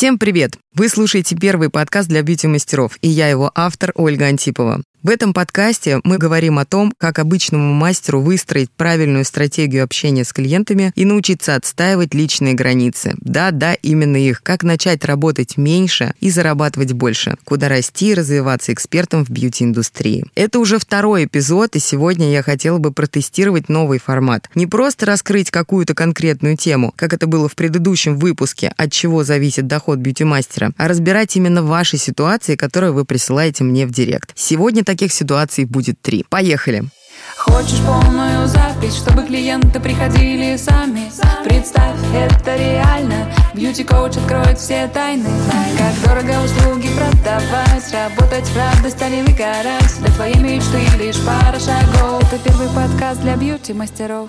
Всем привет! Вы слушаете первый подкаст для бьюти-мастеров, и я его автор Ольга Антипова. В этом подкасте мы говорим о том, как обычному мастеру выстроить правильную стратегию общения с клиентами и научиться отстаивать личные границы. Да, именно их. Как начать работать меньше и зарабатывать больше. Куда расти и развиваться экспертом в бьюти-индустрии. Это уже второй эпизод, и сегодня я хотела бы протестировать новый формат. Не просто раскрыть какую-то конкретную тему, как это было в предыдущем выпуске, от чего зависит доход бьюти-мастера, а разбирать именно ваши ситуации, которые вы присылаете мне в директ. Сегодня таких ситуаций будет 3. Поехали! Хочешь полную запись, чтобы клиенты приходили сами? Представь, это реально. Бьюти-коуч откроет все тайны. Как дорого услуги продавать, работать в радость, а не выгорать. Для твоей мечты лишь пара шагов. Это первый подкаст для бьюти-мастеров.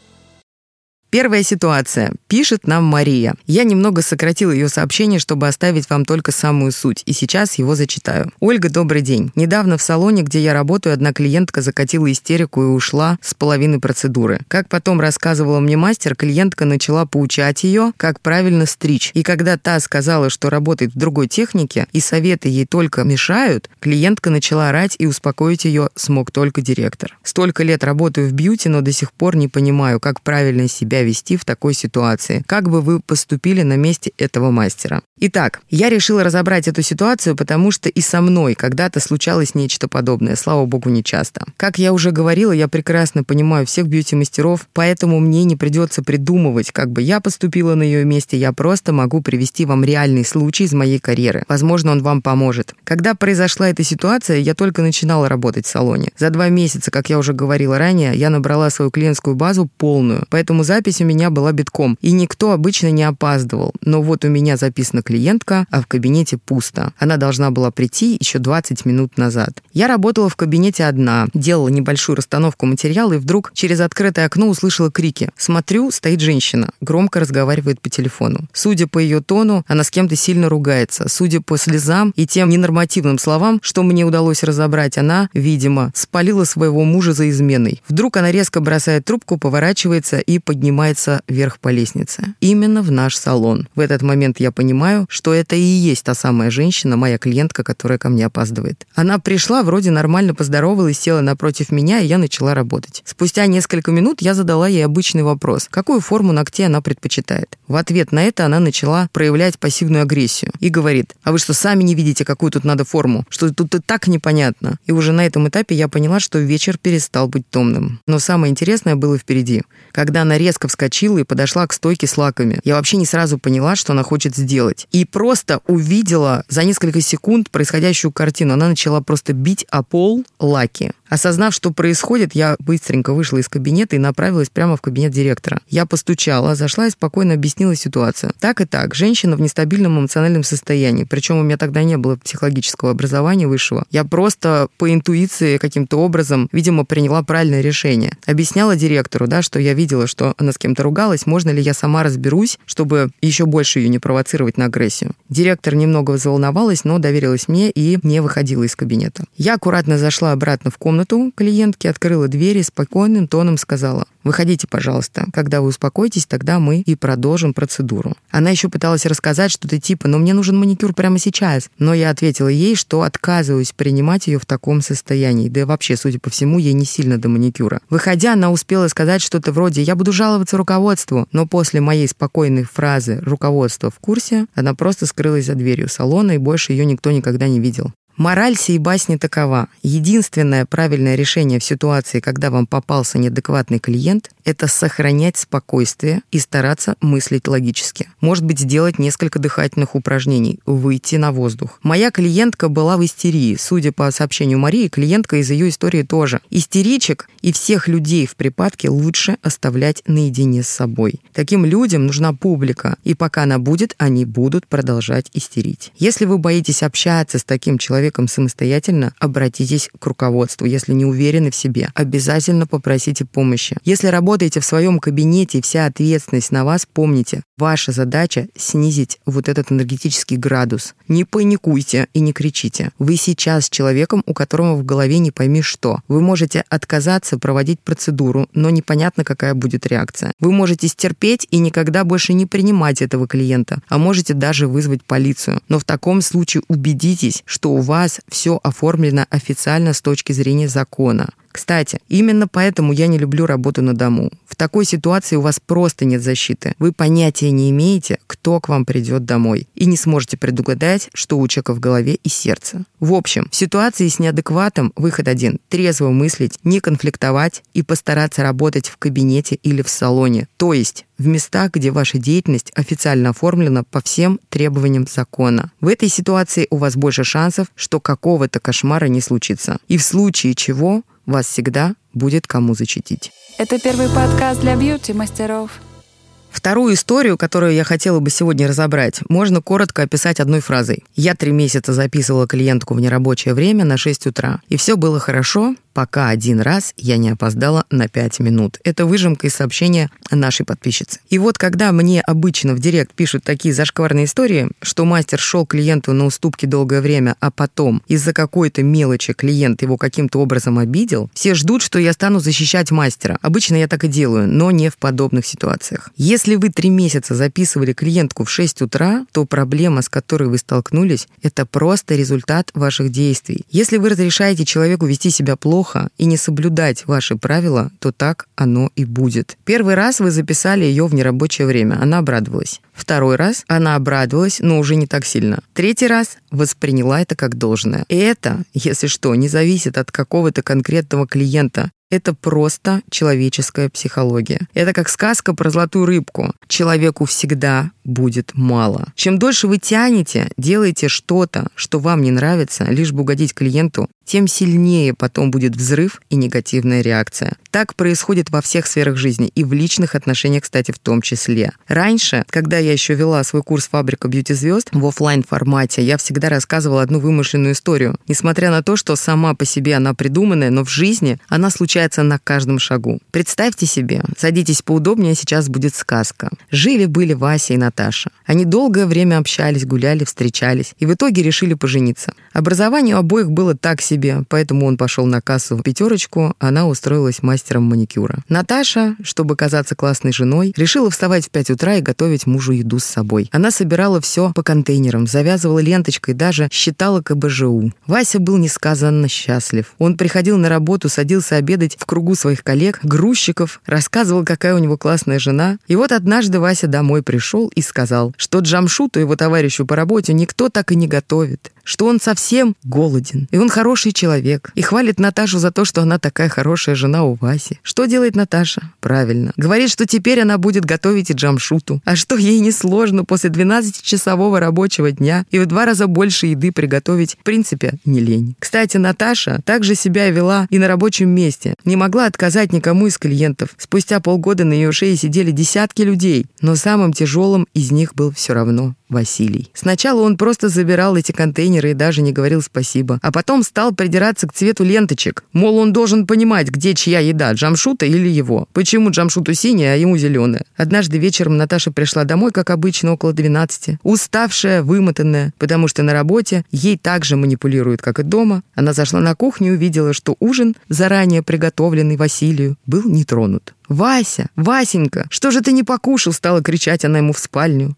Первая ситуация. Пишет нам Мария. Я немного сократила ее сообщение, чтобы оставить вам только самую суть, и сейчас его зачитаю. Ольга, добрый день. Недавно в салоне, где я работаю, одна клиентка закатила истерику и ушла с половины процедуры. Как потом рассказывала мне мастер, клиентка начала поучать ее, как правильно стричь. И когда та сказала, что работает в другой технике, и советы ей только мешают, клиентка начала орать, и успокоить ее смог только директор. Столько лет работаю в бьюти, но до сих пор не понимаю, как правильно себя вести в такой ситуации. Как бы вы поступили на месте этого мастера? Итак, я решила разобрать эту ситуацию, потому что и со мной когда-то случалось нечто подобное, слава богу, не часто. Как я уже говорила, я прекрасно понимаю всех бьюти-мастеров, поэтому мне не придется придумывать, как бы я поступила на ее месте, я просто могу привести вам реальный случай из моей карьеры. Возможно, он вам поможет. Когда произошла эта ситуация, я только начинала работать в салоне. За 2 месяца, как я уже говорила ранее, я набрала свою клиентскую базу полную, поэтому запись у меня была битком, и никто обычно не опаздывал. Но вот у меня записана клиентка, а в кабинете пусто. Она должна была прийти еще 20 минут назад. Я работала в кабинете одна, делала небольшую расстановку материала, и вдруг через открытое окно услышала крики. Смотрю, стоит женщина, громко разговаривает по телефону. Судя по ее тону, она с кем-то сильно ругается. Судя по слезам и тем ненормативным словам, что мне удалось разобрать, она, видимо, спалила своего мужа за изменой. Вдруг она резко бросает трубку, поворачивается и поднимается вверх по лестнице. Именно в наш салон. В этот момент я понимаю, что это и есть та самая женщина, моя клиентка, которая ко мне опаздывает. Она пришла, вроде нормально поздоровалась, села напротив меня, и я начала работать. Спустя несколько минут я задала ей обычный вопрос, какую форму ногтей она предпочитает. В ответ на это она начала проявлять пассивную агрессию и говорит: а вы что, сами не видите, какую тут надо форму? Что тут и так непонятно? И уже на этом этапе я поняла, что вечер перестал быть томным. Но самое интересное было впереди. Когда она резко вскочила и подошла к стойке с лаками. Я вообще не сразу поняла, что она хочет сделать. И просто увидела за несколько секунд происходящую картину. Она начала просто бить о пол лаки. Осознав, что происходит, я быстренько вышла из кабинета и направилась прямо в кабинет директора. Я постучала, зашла и спокойно объяснила ситуацию. Так и так, женщина в нестабильном эмоциональном состоянии. Причем у меня тогда не было психологического образования высшего. Я просто по интуиции каким-то образом, видимо, приняла правильное решение. Объясняла директору, что я видела, что она с кем-то ругалась, можно ли я сама разберусь, чтобы еще больше ее не провоцировать на агрессию. Директор немного взволновалась, но доверилась мне и не выходила из кабинета. Я аккуратно зашла обратно в комнату клиентки, открыла дверь и спокойным тоном сказала: выходите, пожалуйста. Когда вы успокоитесь, тогда мы и продолжим процедуру. Она еще пыталась рассказать что-то типа: но мне нужен маникюр прямо сейчас. Но я ответила ей, что отказываюсь принимать ее в таком состоянии. Да и вообще, судя по всему, ей не сильно до маникюра. Выходя, она успела сказать что-то вроде: я буду жаловаться руководству. Но после моей спокойной фразы «руководство в курсе», она просто скрылась за дверью салона, и больше ее никто никогда не видел. Мораль сей басни такова. Единственное правильное решение в ситуации, когда вам попался неадекватный клиент, это сохранять спокойствие и стараться мыслить логически. Может быть, сделать несколько дыхательных упражнений, выйти на воздух. Моя клиентка была в истерии. Судя по сообщению Марии, клиентка из ее истории тоже. Истеричек и всех людей в припадке лучше оставлять наедине с собой. Таким людям нужна публика, и пока она будет, они будут продолжать истерить. Если вы боитесь общаться с таким человеком самостоятельно, обратитесь к руководству. Если не уверены в себе, обязательно попросите помощи. Если работа работаете в своем кабинете и вся ответственность на вас, помните, ваша задача снизить вот этот энергетический градус. Не паникуйте и не кричите. Вы сейчас с человеком, у которого в голове не пойми что. Вы можете отказаться проводить процедуру, но непонятно, какая будет реакция. Вы можете стерпеть и никогда больше не принимать этого клиента, а можете даже вызвать полицию. Но в таком случае убедитесь, что у вас все оформлено официально с точки зрения закона. Кстати, именно поэтому я не люблю работу на дому. В такой ситуации у вас просто нет защиты. Вы понятия не имеете, кто к вам придет домой, и не сможете предугадать, что у человека в голове и сердце. В общем, в ситуации с неадекватом выход один – трезво мыслить, не конфликтовать и постараться работать в кабинете или в салоне, то есть в местах, где ваша деятельность официально оформлена по всем требованиям закона. В этой ситуации у вас больше шансов, что какого-то кошмара не случится. И в случае чего вас всегда будет кому защитить. Это первый подкаст для бьюти-мастеров. Вторую историю, которую я хотела бы сегодня разобрать, можно коротко описать одной фразой. Я 3 месяца записывала клиентку в нерабочее время на 6 утра. И все было хорошо, пока один раз я не опоздала на 5 минут. Это выжимка из сообщения нашей подписчицы. И вот когда мне обычно в директ пишут такие зашкварные истории, что мастер шел клиенту на уступки долгое время, а потом из-за какой-то мелочи клиент его каким-то образом обидел, все ждут, что я стану защищать мастера. Обычно я так и делаю, но не в подобных ситуациях. Если вы 3 месяца записывали клиентку в 6 утра, то проблема, с которой вы столкнулись, это просто результат ваших действий. Если вы разрешаете человеку вести себя плохо и не соблюдать ваши правила, то так оно и будет. Первый раз вы записали ее в нерабочее время, она обрадовалась. Второй раз она обрадовалась, но уже не так сильно. Третий раз восприняла это как должное. И это, если что, не зависит от какого-то конкретного клиента. Это просто человеческая психология. Это как сказка про золотую рыбку. Человеку всегда будет мало. Чем дольше вы тянете, делаете что-то, что вам не нравится, лишь бы угодить клиенту, тем сильнее потом будет взрыв и негативная реакция. Так происходит во всех сферах жизни и в личных отношениях, кстати, в том числе. Раньше, когда я еще вела свой курс «Фабрика бьюти-звезд» в офлайн формате, я всегда рассказывала одну вымышленную историю. Несмотря на то, что сама по себе она придуманная, но в жизни она случается на каждом шагу. Представьте себе, садитесь поудобнее, сейчас будет сказка. Жили-были Вася и Наташа. Они долгое время общались, гуляли, встречались и в итоге решили пожениться. Образование у обоих было так себе, поэтому он пошел на кассу в 5, она устроилась мастером маникюра. Наташа, чтобы казаться классной женой, решила вставать в 5 утра и готовить мужу еду с собой. Она собирала все по контейнерам, завязывала ленточкой, даже считала КБЖУ. Вася был несказанно счастлив. Он приходил на работу, садился обедать в кругу своих коллег, грузчиков, рассказывал, какая у него классная жена. И вот однажды Вася домой пришел и сказал, что Джамшуту, его товарищу по работе, никто так и не готовит, что он совсем голоден, и он хороший человек, и хвалит Наташу за то, что она такая хорошая жена у Васи. Что делает Наташа? Правильно. Говорит, что теперь она будет готовить и Джамшуту, а что ей несложно после 12-часового рабочего дня и в 2 раза больше еды приготовить, в принципе, не лень. Кстати, Наташа также себя вела и на рабочем месте, не могла отказать никому из клиентов. Спустя полгода на ее шее сидели десятки людей, но самым тяжелым из них был все равно Василий. Сначала он просто забирал эти контейнеры и даже не говорил спасибо, а потом стал придираться к цвету ленточек. Мол, он должен понимать, где чья еда, Джамшута или его. Почему Джамшуту синяя, а ему зеленая? Однажды вечером Наташа пришла домой, как обычно, около 12, уставшая, вымотанная, потому что на работе ей так же манипулируют, как и дома. Она зашла на кухню и увидела, что ужин, заранее приготовленный Василию, был не тронут. «Вася, Васенька, что же ты не покушал?» — стала кричать она ему в спальню.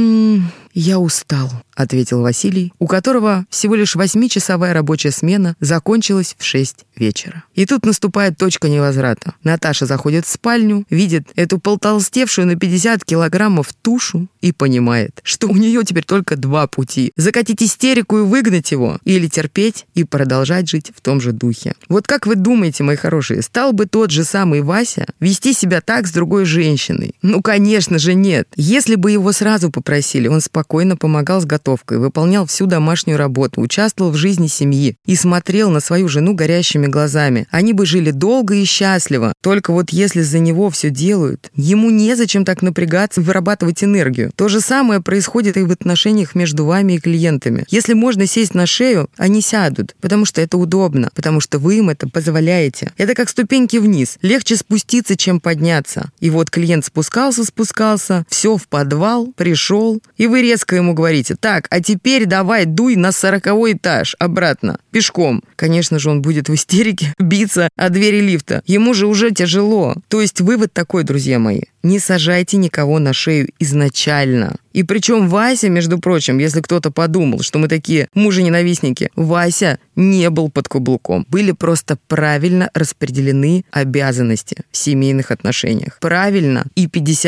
«Я устал», — ответил Василий, у которого всего лишь 8-часовая рабочая смена закончилась в 6 вечера. И тут наступает точка невозврата. Наташа заходит в спальню, видит эту полтолстевшую на 50 килограммов тушу и понимает, что у нее теперь только 2 пути: закатить истерику и выгнать его, или терпеть и продолжать жить в том же духе. Вот как вы думаете, мои хорошие, стал бы тот же самый Вася вести себя так с другой женщиной? Ну, конечно же, нет. Если бы его сразу попросили, он спокойно спокойно помогал с готовкой, выполнял всю домашнюю работу, участвовал в жизни семьи и смотрел на свою жену горящими глазами, они бы жили долго и счастливо. Только вот если за него все делают, ему незачем так напрягаться и вырабатывать энергию. То же самое происходит и в отношениях между вами и клиентами. Если можно сесть на шею, они сядут, потому что это удобно, потому что вы им это позволяете. Это как ступеньки вниз. Легче спуститься, чем подняться. И вот клиент спускался, все в подвал, пришел, и вы резко ему говорите: так, а теперь давай дуй на 40-й этаж обратно, пешком. Конечно же, он будет в истерике биться о двери лифта. Ему же уже тяжело. То есть вывод такой, друзья мои: не сажайте никого на шею изначально. И причем Вася, между прочим, если кто-то подумал, что мы такие мужененавистники, Вася не был под каблуком. Были просто правильно распределены обязанности в семейных отношениях. Правильно и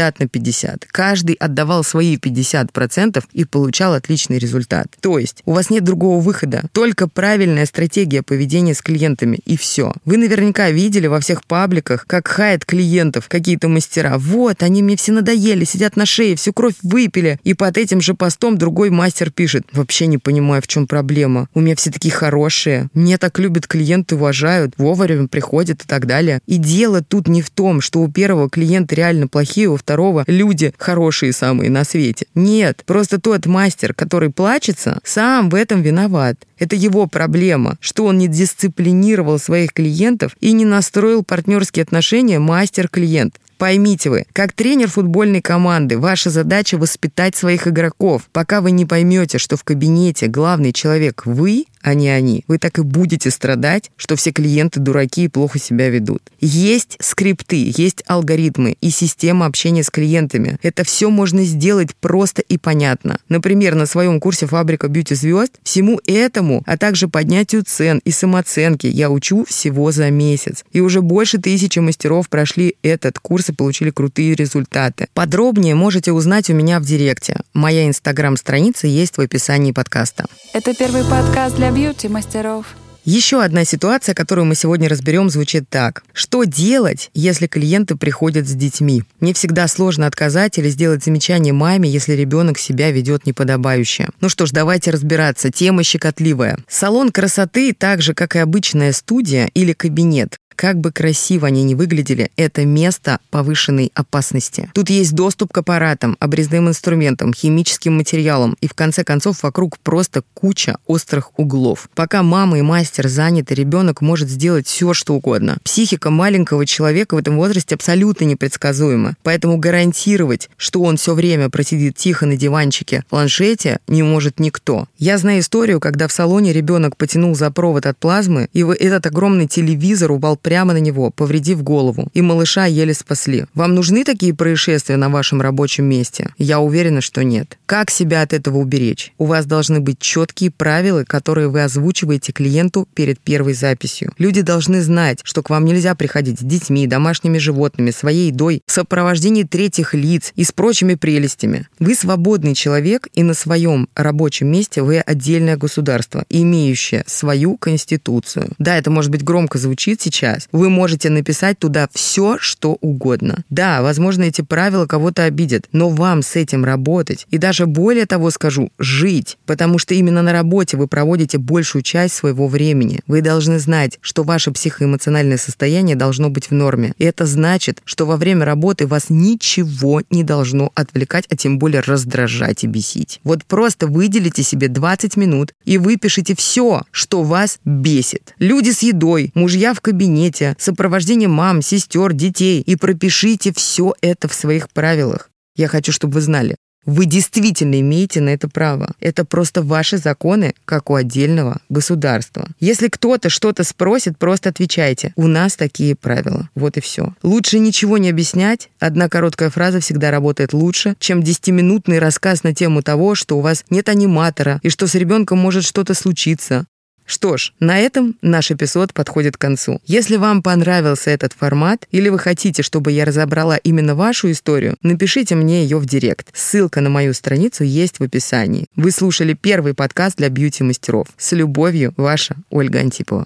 50/50. Каждый отдавал свои 50% и получал отличный результат. То есть у вас нет другого выхода. Только правильная стратегия поведения с клиентами, и все. Вы наверняка видели во всех пабликах, как хаят клиентов какие-то мастера. Вот, они мне все надоели, сидят на шее, всю кровь выпили. И под этим же постом другой мастер пишет: вообще не понимаю, в чем проблема. У меня все такие хорошие. Меня так любят клиенты, уважают, вовремя приходят и так далее. И дело тут не в том, что у первого клиента реально плохие, у второго люди хорошие самые на свете. Нет, просто тот мастер, который плачется, сам в этом виноват. Это его проблема, что он не дисциплинировал своих клиентов и не настроил партнерские отношения мастер-клиент. Поймите вы, как тренер футбольной команды, ваша задача воспитать своих игроков. Пока вы не поймете, что в кабинете главный человек вы, а не они, вы так и будете страдать, что все клиенты дураки и плохо себя ведут. Есть скрипты, есть алгоритмы и система общения с клиентами. Это все можно сделать просто и понятно. Например, на своем курсе «Фабрика бьюти-звезд» всему этому, а также поднятию цен и самооценки я учу всего за месяц. И уже больше 1000 мастеров прошли этот курс и получили крутые результаты. Подробнее можете узнать у меня в директе. Моя инстаграм-страница есть в описании подкаста. Это первый подкаст для бьюти-мастеров. Еще одна ситуация, которую мы сегодня разберем, звучит так. Что делать, если клиенты приходят с детьми? Мне всегда сложно отказать или сделать замечание маме, если ребенок себя ведет неподобающе. Ну что ж, давайте разбираться. Тема щекотливая. Салон красоты, так же, как и обычная студия или кабинет, как бы красиво они ни выглядели, это место повышенной опасности. Тут есть доступ к аппаратам, обрезным инструментам, химическим материалам, и в конце концов вокруг просто куча острых углов. Пока мама и мастер заняты, ребенок может сделать все, что угодно. Психика маленького человека в этом возрасте абсолютно непредсказуема, поэтому гарантировать, что он все время просидит тихо на диванчике, планшете, не может никто. Я знаю историю, когда в салоне ребенок потянул за провод от плазмы, и этот огромный телевизор упал прямо на него, повредив голову, и малыша еле спасли. Вам нужны такие происшествия на вашем рабочем месте? Я уверена, что нет. Как себя от этого уберечь? У вас должны быть четкие правила, которые вы озвучиваете клиенту перед первой записью. Люди должны знать, что к вам нельзя приходить с детьми, домашними животными, своей едой, в сопровождении третьих лиц и с прочими прелестями. Вы свободный человек, и на своем рабочем месте вы отдельное государство, имеющее свою конституцию. Да, это, может быть, громко звучит сейчас. Вы можете написать туда все, что угодно. Да, возможно, эти правила кого-то обидят, но вам с этим работать. И даже более того скажу, жить. Потому что именно на работе вы проводите большую часть своего времени. Вы должны знать, что ваше психоэмоциональное состояние должно быть в норме. И это значит, что во время работы вас ничего не должно отвлекать, а тем более раздражать и бесить. Вот просто выделите себе 20 минут и выпишите все, что вас бесит. Люди с едой, мужья в кабинете, сопровождение мам, сестер, детей. И пропишите все это в своих правилах. Я хочу, чтобы вы знали, вы действительно имеете на это право. Это просто ваши законы, как у отдельного государства. Если кто-то что-то спросит, просто отвечайте. У нас такие правила. Вот и все. Лучше ничего не объяснять. Одна короткая фраза всегда работает лучше, чем 10-минутный рассказ на тему того, что у вас нет аниматора и что с ребенком может что-то случиться. Что ж, на этом наш эпизод подходит к концу. Если вам понравился этот формат, или вы хотите, чтобы я разобрала именно вашу историю, напишите мне ее в директ. Ссылка на мою страницу есть в описании. Вы слушали первый подкаст для бьюти-мастеров. С любовью, ваша Ольга Антипова.